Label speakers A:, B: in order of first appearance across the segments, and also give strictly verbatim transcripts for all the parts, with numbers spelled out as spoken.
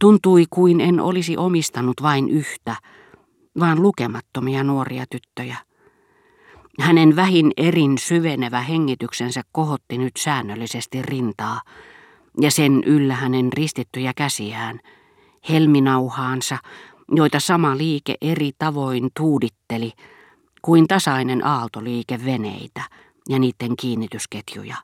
A: Tuntui kuin en olisi omistanut vain yhtä, vaan lukemattomia nuoria tyttöjä. Hänen vähin erin syvenevä hengityksensä kohotti nyt säännöllisesti rintaa, ja sen yllä hänen ristittyjä käsiään, helminauhaansa, joita sama liike eri tavoin tuuditteli, kuin tasainen aaltoliike veneitä ja niiden kiinnitysketjuja.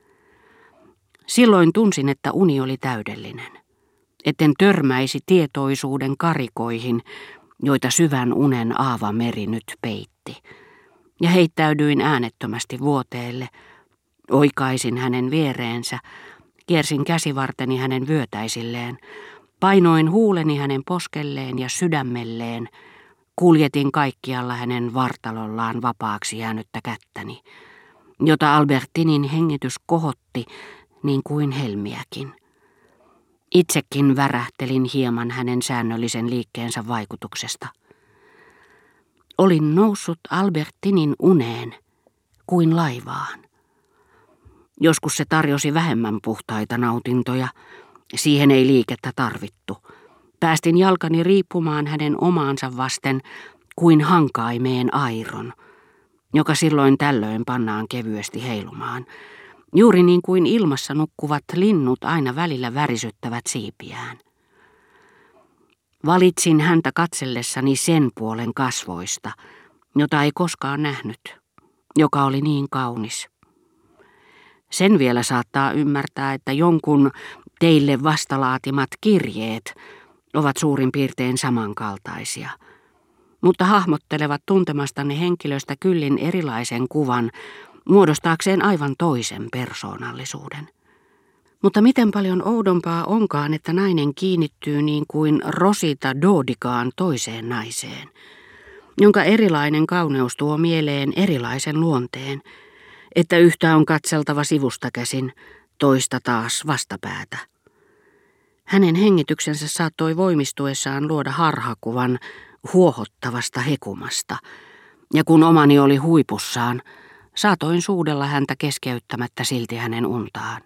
A: Silloin tunsin, että uni oli täydellinen, etten törmäisi tietoisuuden karikoihin, joita syvän unen aavameri nyt peitti, ja heittäydyin äänettömästi vuoteelle, oikaisin hänen viereensä, kiersin käsivarteni hänen vyötäisilleen, painoin huuleni hänen poskelleen ja sydämelleen, kuljetin kaikkialla hänen vartalollaan vapaaksi jäänyttä kättäni, jota Albertinin hengitys kohotti niin kuin helmiäkin. Itsekin värähtelin hieman hänen säännöllisen liikkeensä vaikutuksesta. Olin noussut Albertinin uneen kuin laivaan. Joskus se tarjosi vähemmän puhtaita nautintoja, siihen ei liikettä tarvittu. Päästin jalkani riippumaan hänen omaansa vasten kuin hankaimeen airon, joka silloin tällöin pannaan kevyesti heilumaan, juuri niin kuin ilmassa nukkuvat linnut aina välillä värisyttävät siipiään. Valitsin häntä katsellessani sen puolen kasvoista, jota ei koskaan nähnyt, joka oli niin kaunis. Sen vielä saattaa ymmärtää, että jonkun teille vastalaatimat kirjeet ovat suurin piirtein samankaltaisia, mutta hahmottelevat tuntemastanne henkilöstä kyllin erilaisen kuvan muodostaakseen aivan toisen persoonallisuuden. Mutta miten paljon oudompaa onkaan, että nainen kiinnittyy niin kuin Rosita Dodikaan toiseen naiseen, jonka erilainen kauneus tuo mieleen erilaisen luonteen, että yhtä on katseltava sivusta käsin, toista taas vastapäätä. Hänen hengityksensä saattoi voimistuessaan luoda harhakuvan huohottavasta hekumasta, ja kun omani oli huipussaan, saatoin suudella häntä keskeyttämättä silti hänen untaan.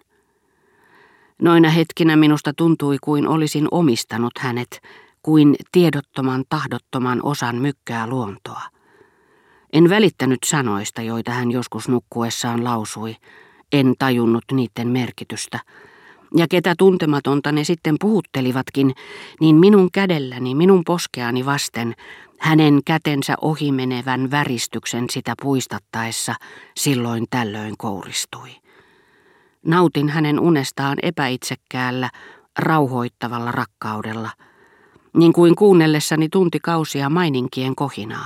A: Noina hetkinä minusta tuntui kuin olisin omistanut hänet, kuin tiedottoman tahdottoman osan mykkää luontoa. En välittänyt sanoista, joita hän joskus nukkuessaan lausui, en tajunnut niiden merkitystä. Ja ketä tuntematonta ne sitten puhuttelivatkin, niin minun kädelläni, minun poskeani vasten, hänen kätensä ohimenevän väristyksen sitä puistattaessa silloin tällöin kouristui. Nautin hänen unestaan epäitsekkäällä, rauhoittavalla rakkaudella, niin kuin kuunnellessani tuntikausia maininkien kohinaa.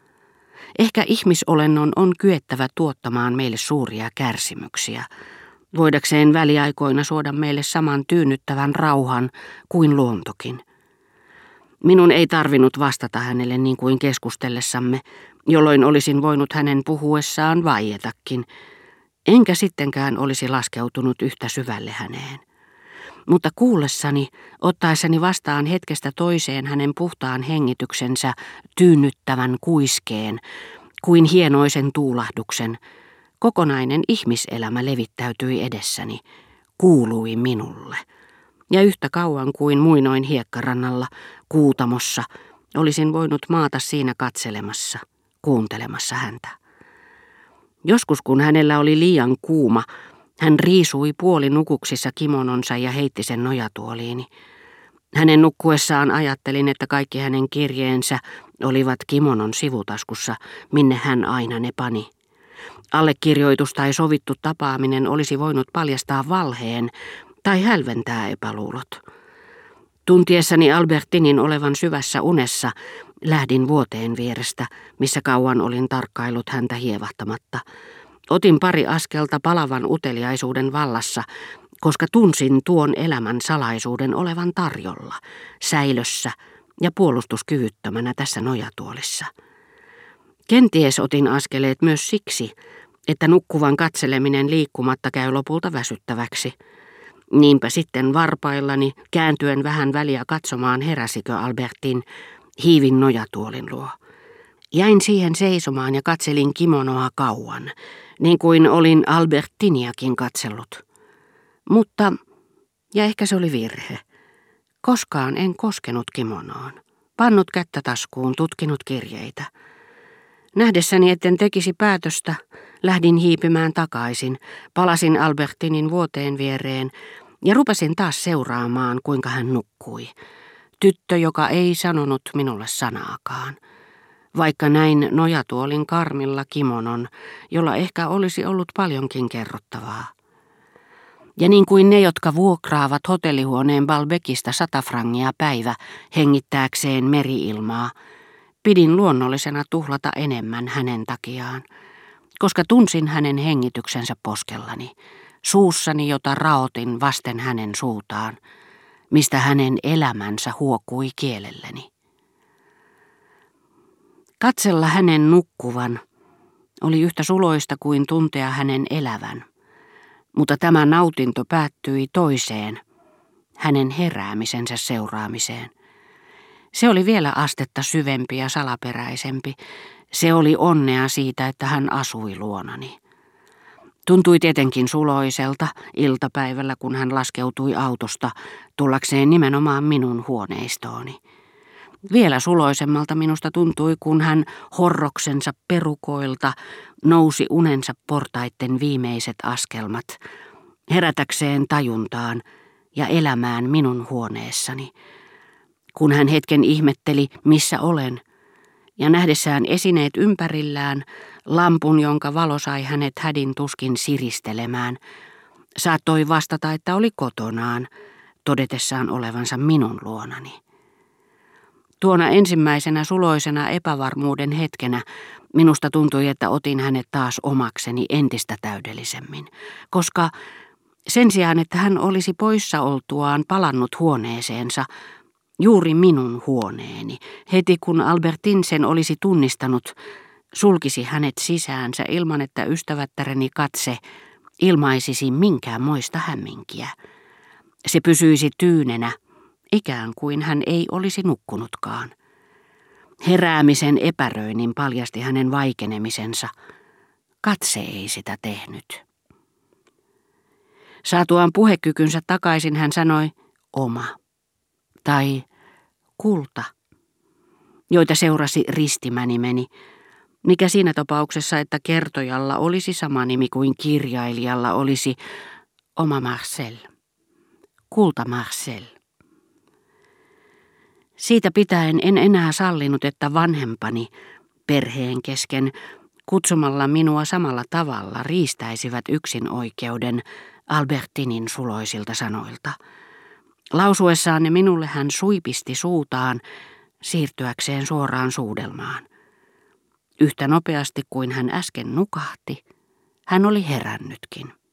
A: Ehkä ihmisolennon on kyettävä tuottamaan meille suuria kärsimyksiä, voidakseen väliaikoina suoda meille saman tyynnyttävän rauhan kuin luontokin. Minun ei tarvinnut vastata hänelle niin kuin keskustellessamme, jolloin olisin voinut hänen puhuessaan vaietakin, enkä sittenkään olisi laskeutunut yhtä syvälle häneen. Mutta kuullessani, ottaessani vastaan hetkestä toiseen hänen puhtaan hengityksensä tyynnyttävän kuiskeen, kuin hienoisen tuulahduksen, kokonainen ihmiselämä levittäytyi edessäni, kuului minulle. Ja yhtä kauan kuin muinoin hiekkarannalla, kuutamossa, olisin voinut maata siinä katselemassa, kuuntelemassa häntä. Joskus kun hänellä oli liian kuuma, hän riisui puolinukuksissa kimononsa ja heitti sen nojatuoliini. Hänen nukkuessaan ajattelin, että kaikki hänen kirjeensä olivat kimonon sivutaskussa, minne hän aina ne pani. Allekirjoitus tai sovittu tapaaminen olisi voinut paljastaa valheen tai hälventää epäluulot. Tuntiessani Albertinin olevan syvässä unessa, lähdin vuoteen vierestä, missä kauan olin tarkkaillut häntä hievahtamatta. Otin pari askelta palavan uteliaisuuden vallassa, koska tunsin tuon elämän salaisuuden olevan tarjolla, säilössä ja puolustuskyvyttömänä tässä nojatuolissa. Kenties otin askeleet myös siksi, että nukkuvan katseleminen liikkumatta käy lopulta väsyttäväksi. Niinpä sitten varpaillani, kääntyen vähän väliä katsomaan heräsikö Albertin, hiivin nojatuolin luo. Jäin siihen seisomaan ja katselin kimonoa kauan, niin kuin olin Albertiniakin katsellut. Mutta, ja ehkä se oli virhe, Koskaan en koskenut kimonoon. Pannut kättä taskuun, tutkinut kirjeitä. Nähdessäni, etten tekisi päätöstä, lähdin hiipimään takaisin, palasin Albertinin vuoteen viereen ja rupesin taas seuraamaan, kuinka hän nukkui. Tyttö, joka ei sanonut minulle sanaakaan. Vaikka näin nojatuolin karmilla kimonon, jolla ehkä olisi ollut paljonkin kerrottavaa. Ja niin kuin ne, jotka vuokraavat hotellihuoneen Balbekista sata frangia päivä hengittääkseen meri-ilmaa, pidin luonnollisena tuhlata enemmän hänen takiaan, koska tunsin hänen hengityksensä poskellani, suussani, jota raotin vasten hänen suutaan, mistä hänen elämänsä huokui kielelleni. Katsella hänen nukkuvan oli yhtä suloista kuin tuntea hänen elävän, mutta tämä nautinto päättyi toiseen, hänen heräämisensä seuraamiseen. Se oli vielä astetta syvempi ja salaperäisempi. Se oli onnea siitä, että hän asui luonani. Tuntui tietenkin suloiselta iltapäivällä, kun hän laskeutui autosta tullakseen nimenomaan minun huoneistooni. Vielä suloisemmalta minusta tuntui, kun hän horroksensa perukoilta nousi unensa portaitten viimeiset askelmat, herätäkseen tajuntaan ja elämään minun huoneessani. Kun hän hetken ihmetteli, missä olen, ja nähdessään esineet ympärillään, lampun, jonka valo sai hänet hädin tuskin siristelemään, saattoi vastata, että oli kotonaan, todetessaan olevansa minun luonani. Tuona ensimmäisenä suloisena epävarmuuden hetkenä minusta tuntui, että otin hänet taas omakseni entistä täydellisemmin, koska sen sijaan, että hän olisi poissa oltuaan palannut huoneeseensa, juuri minun huoneeni, heti kun Albertin sen olisi tunnistanut, sulkisi hänet sisäänsä ilman, että ystävättäreni katse ilmaisisi minkäänmoista hämminkiä. Se pysyisi tyynenä, ikään kuin hän ei olisi nukkunutkaan. Heräämisen epäröinnin paljasti hänen vaikenemisensa. Katse ei sitä tehnyt. Saatuaan puhekykynsä takaisin hän sanoi oma tai kulta, joita seurasi ristimänimeni, mikä siinä tapauksessa, että kertojalla olisi sama nimi kuin kirjailijalla olisi oma Marcel, kulta Marcel. Siitä pitäen en enää sallinut, että vanhempani perheen kesken kutsumalla minua samalla tavalla riistäisivät yksin oikeuden Albertinin suloisilta sanoilta. Lausuessaan ne minulle hän suipisti suutaan siirtyäkseen suoraan suudelmaan. Yhtä nopeasti kuin hän äsken nukahti, hän oli herännytkin.